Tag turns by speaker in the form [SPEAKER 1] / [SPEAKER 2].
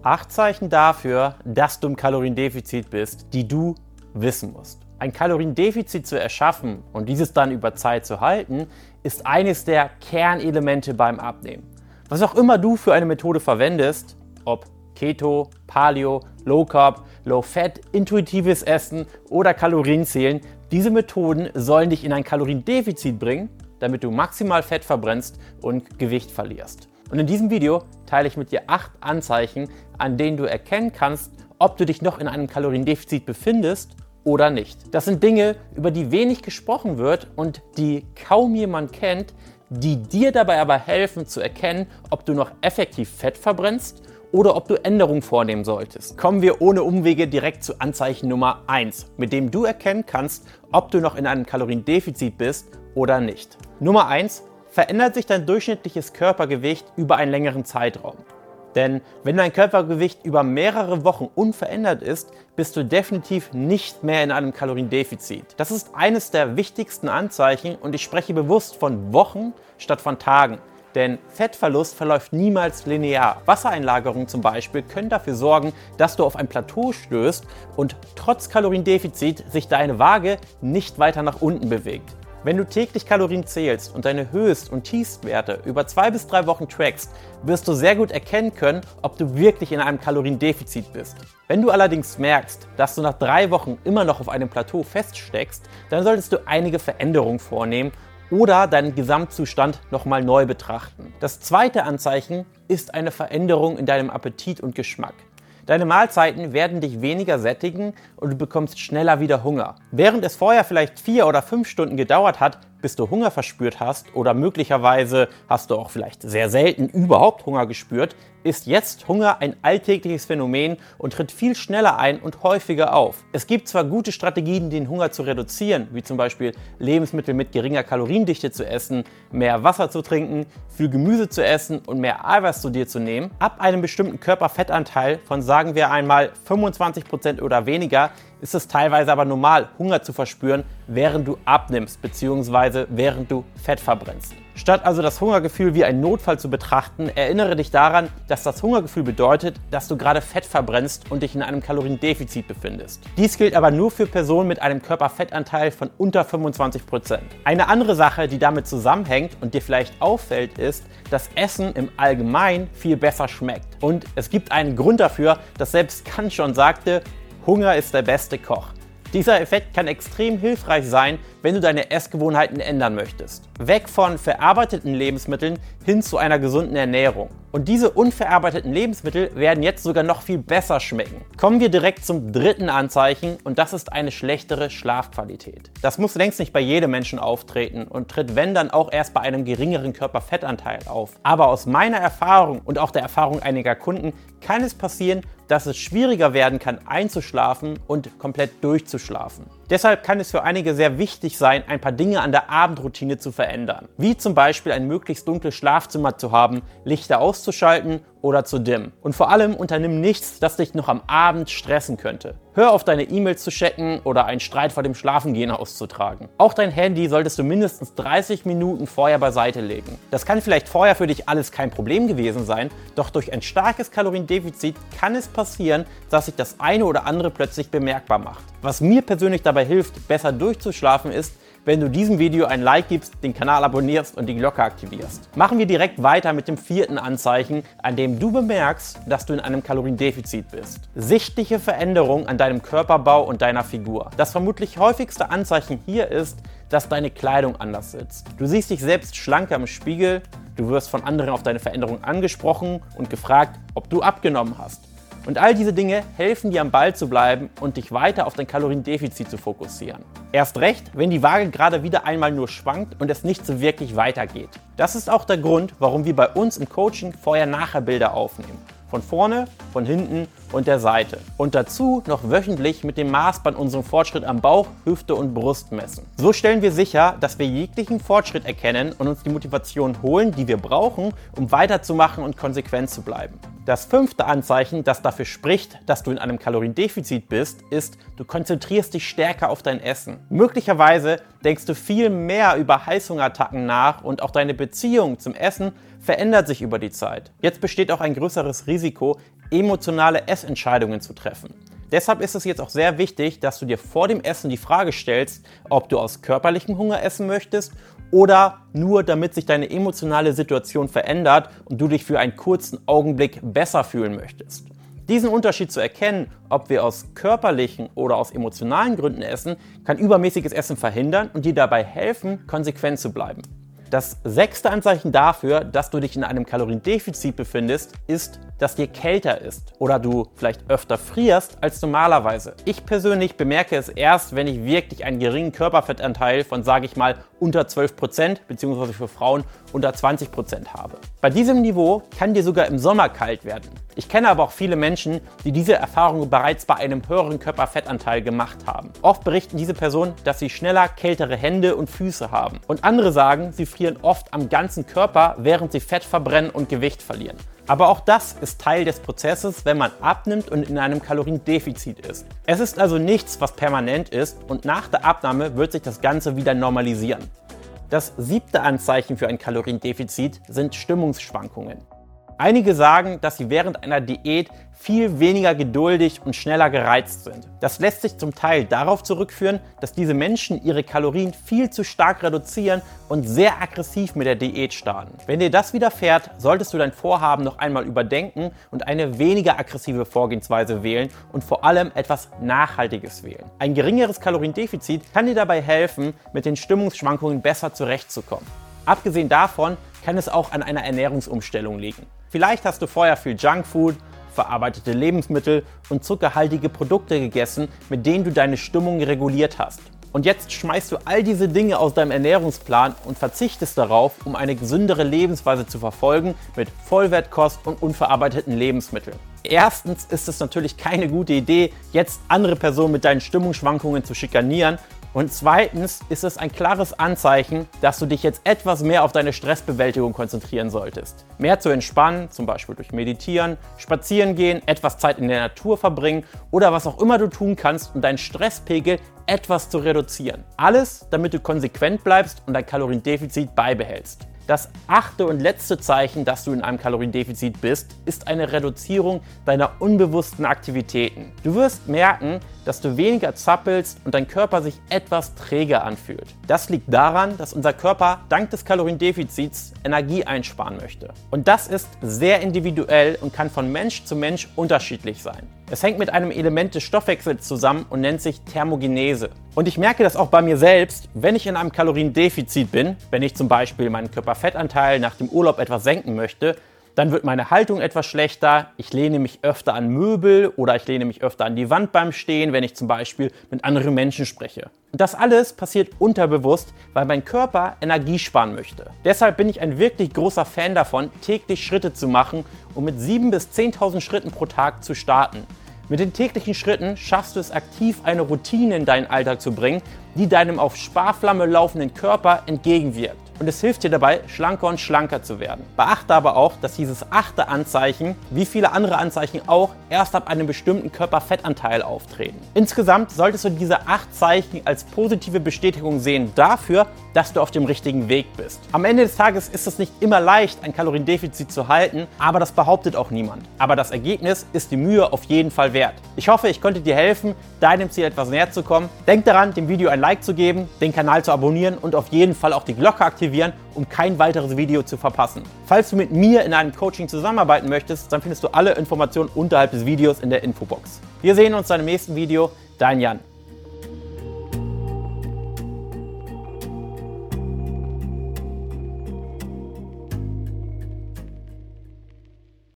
[SPEAKER 1] 8 Zeichen dafür, dass du im Kaloriendefizit bist, die du wissen musst. Ein Kaloriendefizit zu erschaffen und dieses dann über Zeit zu halten, ist eines der Kernelemente beim Abnehmen. Was auch immer du für eine Methode verwendest, ob Keto, Paleo, Low Carb, Low Fat, intuitives Essen oder Kalorienzählen, diese Methoden sollen dich in ein Kaloriendefizit bringen, damit du maximal Fett verbrennst und Gewicht verlierst. Und in diesem Video teile ich mit dir 8 Anzeichen, an denen du erkennen kannst, ob du dich noch in einem Kaloriendefizit befindest oder nicht. Das sind Dinge, über die wenig gesprochen wird und die kaum jemand kennt, die dir dabei aber helfen zu erkennen, ob du noch effektiv Fett verbrennst oder ob du Änderungen vornehmen solltest. Kommen wir ohne Umwege direkt zu Anzeichen Nummer 1, mit dem du erkennen kannst, ob du noch in einem Kaloriendefizit bist oder nicht. Nummer 1. Verändert sich dein durchschnittliches Körpergewicht über einen längeren Zeitraum. Denn wenn dein Körpergewicht über mehrere Wochen unverändert ist, bist du definitiv nicht mehr in einem Kaloriendefizit. Das ist eines der wichtigsten Anzeichen und ich spreche bewusst von Wochen statt von Tagen. Denn Fettverlust verläuft niemals linear. Wassereinlagerungen zum Beispiel können dafür sorgen, dass du auf ein Plateau stößt und trotz Kaloriendefizit sich deine Waage nicht weiter nach unten bewegt. Wenn du täglich Kalorien zählst und deine Höchst- und Tiefstwerte über 2 bis 3 Wochen trackst, wirst du sehr gut erkennen können, ob du wirklich in einem Kaloriendefizit bist. Wenn du allerdings merkst, dass du nach 3 Wochen immer noch auf einem Plateau feststeckst, dann solltest du einige Veränderungen vornehmen oder deinen Gesamtzustand nochmal neu betrachten. Das zweite Anzeichen ist eine Veränderung in deinem Appetit und Geschmack. Deine Mahlzeiten werden dich weniger sättigen und du bekommst schneller wieder Hunger. Während es vorher vielleicht 4 oder 5 Stunden gedauert hat, bis du Hunger verspürt hast oder möglicherweise hast du auch vielleicht sehr selten überhaupt Hunger gespürt, ist jetzt Hunger ein alltägliches Phänomen und tritt viel schneller ein und häufiger auf. Es gibt zwar gute Strategien, den Hunger zu reduzieren, wie zum Beispiel Lebensmittel mit geringer Kaloriendichte zu essen, mehr Wasser zu trinken, viel Gemüse zu essen und mehr Eiweiß zu dir zu nehmen. Ab einem bestimmten Körperfettanteil von sagen wir einmal 25% oder weniger ist es teilweise aber normal, Hunger zu verspüren, während du abnimmst bzw. während du Fett verbrennst. Statt also das Hungergefühl wie einen Notfall zu betrachten, erinnere dich daran, dass das Hungergefühl bedeutet, dass du gerade Fett verbrennst und dich in einem Kaloriendefizit befindest. Dies gilt aber nur für Personen mit einem Körperfettanteil von unter 25%. Eine andere Sache, die damit zusammenhängt und dir vielleicht auffällt, ist, dass Essen im Allgemeinen viel besser schmeckt. Und es gibt einen Grund dafür, dass selbst Kant schon sagte, Hunger ist der beste Koch. Dieser Effekt kann extrem hilfreich sein, wenn du deine Essgewohnheiten ändern möchtest. Weg von verarbeiteten Lebensmitteln hin zu einer gesunden Ernährung. Und diese unverarbeiteten Lebensmittel werden jetzt sogar noch viel besser schmecken. Kommen wir direkt zum dritten Anzeichen und das ist eine schlechtere Schlafqualität. Das muss längst nicht bei jedem Menschen auftreten und tritt wenn dann auch erst bei einem geringeren Körperfettanteil auf. Aber aus meiner Erfahrung und auch der Erfahrung einiger Kunden kann es passieren, dass es schwieriger werden kann einzuschlafen und komplett durchzuschlafen. Deshalb kann es für einige sehr wichtig sein, ein paar Dinge an der Abendroutine zu verändern. Wie zum Beispiel ein möglichst dunkles Schlafzimmer zu haben, Lichter auszuschalten oder zu dimmen. Und vor allem unternimm nichts, das dich noch am Abend stressen könnte. Hör auf, deine E-Mails zu checken oder einen Streit vor dem Schlafengehen auszutragen. Auch dein Handy solltest du mindestens 30 Minuten vorher beiseite legen. Das kann vielleicht vorher für dich alles kein Problem gewesen sein, doch durch ein starkes Kaloriendefizit kann es passieren, dass sich das eine oder andere plötzlich bemerkbar macht. Was mir persönlich dabei hilft, besser durchzuschlafen, ist, wenn du diesem Video ein Like gibst, den Kanal abonnierst und die Glocke aktivierst. Machen wir direkt weiter mit dem vierten Anzeichen, an dem du bemerkst, dass du in einem Kaloriendefizit bist. Sichtliche Veränderung an deinem Körperbau und deiner Figur. Das vermutlich häufigste Anzeichen hier ist, dass deine Kleidung anders sitzt. Du siehst dich selbst schlanker im Spiegel, du wirst von anderen auf deine Veränderung angesprochen und gefragt, ob du abgenommen hast. Und all diese Dinge helfen dir am Ball zu bleiben und dich weiter auf dein Kaloriendefizit zu fokussieren. Erst recht, wenn die Waage gerade wieder einmal nur schwankt und es nicht so wirklich weitergeht. Das ist auch der Grund, warum wir bei uns im Coaching Vorher-Nachher-Bilder aufnehmen. Von vorne, von hinten und der Seite. Und dazu noch wöchentlich mit dem Maßband unseren Fortschritt am Bauch, Hüfte und Brust messen. So stellen wir sicher, dass wir jeglichen Fortschritt erkennen und uns die Motivation holen, die wir brauchen, um weiterzumachen und konsequent zu bleiben. Das fünfte Anzeichen, das dafür spricht, dass du in einem Kaloriendefizit bist, ist, du konzentrierst dich stärker auf dein Essen. Möglicherweise denkst du viel mehr über Heißhungerattacken nach und auch deine Beziehung zum Essen verändert sich über die Zeit. Jetzt besteht auch ein größeres Risiko, emotionale Essentscheidungen zu treffen. Deshalb ist es jetzt auch sehr wichtig, dass du dir vor dem Essen die Frage stellst, ob du aus körperlichem Hunger essen möchtest oder nur damit sich deine emotionale Situation verändert und du dich für einen kurzen Augenblick besser fühlen möchtest. Diesen Unterschied zu erkennen, ob wir aus körperlichen oder aus emotionalen Gründen essen, kann übermäßiges Essen verhindern und dir dabei helfen, konsequent zu bleiben. Das 6. Anzeichen dafür, dass du dich in einem Kaloriendefizit befindest, ist, dass dir kälter ist oder du vielleicht öfter frierst als normalerweise. Ich persönlich bemerke es erst, wenn ich wirklich einen geringen Körperfettanteil von, sage ich mal, unter 12% bzw. für Frauen unter 20% habe. Bei diesem Niveau kann dir sogar im Sommer kalt werden. Ich kenne aber auch viele Menschen, die diese Erfahrung bereits bei einem höheren Körperfettanteil gemacht haben. Oft berichten diese Personen, dass sie schneller kältere Hände und Füße haben. Und andere sagen, sie frieren oft am ganzen Körper, während sie Fett verbrennen und Gewicht verlieren. Aber auch das ist Teil des Prozesses, wenn man abnimmt und in einem Kaloriendefizit ist. Es ist also nichts, was permanent ist und nach der Abnahme wird sich das Ganze wieder normalisieren. Das 7. Anzeichen für ein Kaloriendefizit sind Stimmungsschwankungen. Einige sagen, dass sie während einer Diät viel weniger geduldig und schneller gereizt sind. Das lässt sich zum Teil darauf zurückführen, dass diese Menschen ihre Kalorien viel zu stark reduzieren und sehr aggressiv mit der Diät starten. Wenn dir das widerfährt, solltest du dein Vorhaben noch einmal überdenken und eine weniger aggressive Vorgehensweise wählen und vor allem etwas Nachhaltiges wählen. Ein geringeres Kaloriendefizit kann dir dabei helfen, mit den Stimmungsschwankungen besser zurechtzukommen. Abgesehen davon kann es auch an einer Ernährungsumstellung liegen. Vielleicht hast du vorher viel Junkfood, verarbeitete Lebensmittel und zuckerhaltige Produkte gegessen, mit denen du deine Stimmung reguliert hast. Und jetzt schmeißt du all diese Dinge aus deinem Ernährungsplan und verzichtest darauf, um eine gesündere Lebensweise zu verfolgen mit Vollwertkost und unverarbeiteten Lebensmitteln. Erstens ist es natürlich keine gute Idee, jetzt andere Personen mit deinen Stimmungsschwankungen zu schikanieren. Und zweitens ist es ein klares Anzeichen, dass du dich jetzt etwas mehr auf deine Stressbewältigung konzentrieren solltest. Mehr zu entspannen, zum Beispiel durch Meditieren, Spazieren gehen, etwas Zeit in der Natur verbringen oder was auch immer du tun kannst, um deinen Stresspegel etwas zu reduzieren. Alles, damit du konsequent bleibst und dein Kaloriendefizit beibehältst. Das 8. und letzte Zeichen, dass du in einem Kaloriendefizit bist, ist eine Reduzierung deiner unbewussten Aktivitäten. Du wirst merken, dass du weniger zappelst und dein Körper sich etwas träger anfühlt. Das liegt daran, dass unser Körper dank des Kaloriendefizits Energie einsparen möchte. Und das ist sehr individuell und kann von Mensch zu Mensch unterschiedlich sein. Es hängt mit einem Element des Stoffwechsels zusammen und nennt sich Thermogenese. Und ich merke das auch bei mir selbst, wenn ich in einem Kaloriendefizit bin, wenn ich zum Beispiel meinen Körperfettanteil nach dem Urlaub etwas senken möchte, dann wird meine Haltung etwas schlechter, ich lehne mich öfter an Möbel oder ich lehne mich öfter an die Wand beim Stehen, wenn ich zum Beispiel mit anderen Menschen spreche. Und das alles passiert unterbewusst, weil mein Körper Energie sparen möchte. Deshalb bin ich ein wirklich großer Fan davon, täglich Schritte zu machen und mit 7.000 bis 10.000 Schritten pro Tag zu starten. Mit den täglichen Schritten schaffst du es aktiv, eine Routine in deinen Alltag zu bringen, die deinem auf Sparflamme laufenden Körper entgegenwirkt. Und es hilft dir dabei, schlanker und schlanker zu werden. Beachte aber auch, dass dieses 8. Anzeichen, wie viele andere Anzeichen auch, erst ab einem bestimmten Körperfettanteil auftreten. Insgesamt solltest du diese 8 Zeichen als positive Bestätigung sehen dafür, dass du auf dem richtigen Weg bist. Am Ende des Tages ist es nicht immer leicht, ein Kaloriendefizit zu halten, aber das behauptet auch niemand. Aber das Ergebnis ist die Mühe auf jeden Fall wert. Ich hoffe, ich konnte dir helfen, deinem Ziel etwas näher zu kommen. Denk daran, dem Video ein Like zu geben, den Kanal zu abonnieren und auf jeden Fall auch die Glocke aktivieren, um kein weiteres Video zu verpassen. Falls du mit mir in einem Coaching zusammenarbeiten möchtest, dann findest du alle Informationen unterhalb des Videos in der Infobox. Wir sehen uns dann im nächsten Video. Dein Jan.